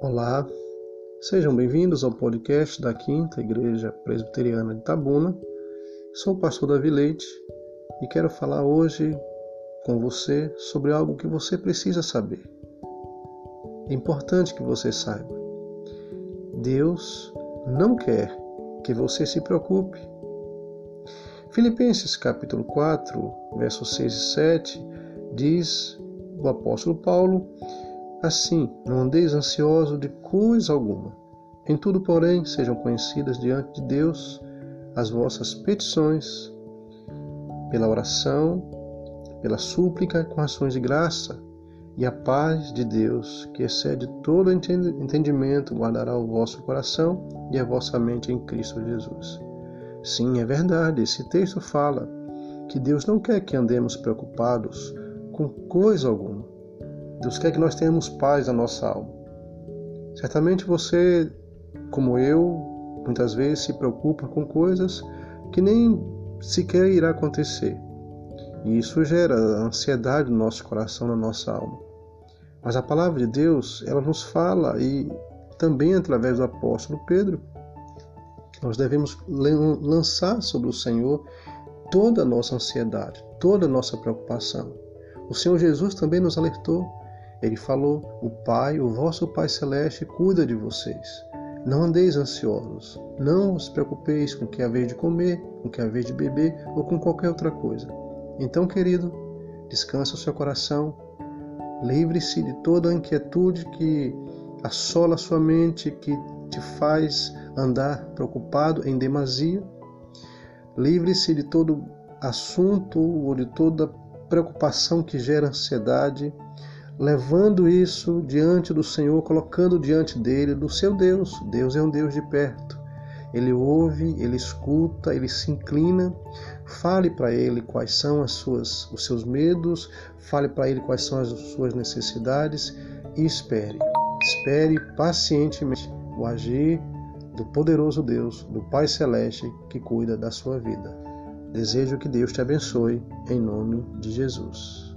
Olá, sejam bem-vindos ao podcast da Quinta Igreja Presbiteriana de Itabuna. Sou o pastor Davi Leite e quero falar hoje com você sobre algo que você precisa saber. É importante que você saiba. Deus não quer que você se preocupe. Filipenses capítulo 4, versos 6 e 7, diz o apóstolo Paulo: assim, não andeis ansiosos de coisa alguma. Em tudo, porém, sejam conhecidas diante de Deus as vossas petições, pela oração, pela súplica, com ações de graça, e a paz de Deus, que excede todo entendimento, guardará o vosso coração e a vossa mente em Cristo Jesus. Sim, é verdade, esse texto fala que Deus não quer que andemos preocupados com coisa alguma. Deus quer que nós tenhamos paz na nossa alma. Certamente você, como eu, muitas vezes se preocupa com coisas que nem sequer irá acontecer. E isso gera ansiedade no nosso coração, na nossa alma. Mas a palavra de Deus, ela nos fala, e também através do apóstolo Pedro, nós devemos lançar sobre o Senhor toda a nossa ansiedade, toda a nossa preocupação. O Senhor Jesus também nos alertou. Ele falou: o Pai, o vosso Pai Celeste, cuida de vocês. Não andeis ansiosos, não os preocupeis com o que é a vez de comer, com o que é a vez de beber ou com qualquer outra coisa. Então, querido, descansa o seu coração, livre-se de toda a inquietude que assola a sua mente, que te faz andar preocupado em demasia. Livre-se de todo assunto ou de toda preocupação que gera ansiedade, levando isso diante do Senhor, colocando diante dele, do seu Deus. Deus é um Deus de perto. Ele ouve, ele escuta, ele se inclina. Fale para ele quais são os seus medos, fale para ele quais são as suas necessidades e espere. Espere pacientemente o agir do poderoso Deus, do Pai Celeste que cuida da sua vida. Desejo que Deus te abençoe em nome de Jesus.